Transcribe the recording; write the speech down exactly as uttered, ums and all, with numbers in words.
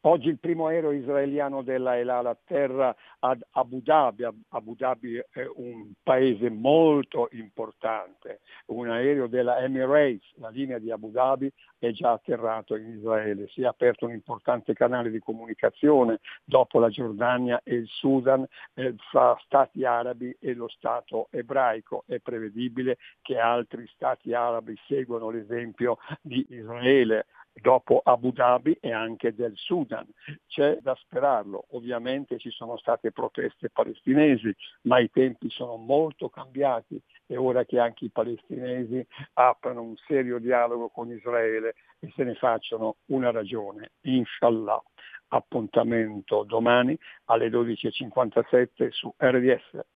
Oggi il primo aereo israeliano della El Al atterra ad Abu Dhabi. Abu Dhabi è un paese molto importante. Un aereo della Emirates, la linea di Abu Dhabi, è già atterrato in Israele. Si è aperto un importante canale di comunicazione dopo la Giordania e il Sudan eh, fra stati arabi e lo Stato ebraico. È prevedibile che altri stati arabi seguano l'esempio di Israele dopo Abu Dhabi e anche del Sudan. C'è da sperarlo. Ovviamente ci sono state proteste palestinesi, ma i tempi sono molto cambiati. È ora che anche i palestinesi aprano un serio dialogo con Israele e se ne facciano una ragione. Inshallah. Appuntamento domani alle dodici e cinquantasette su R D S.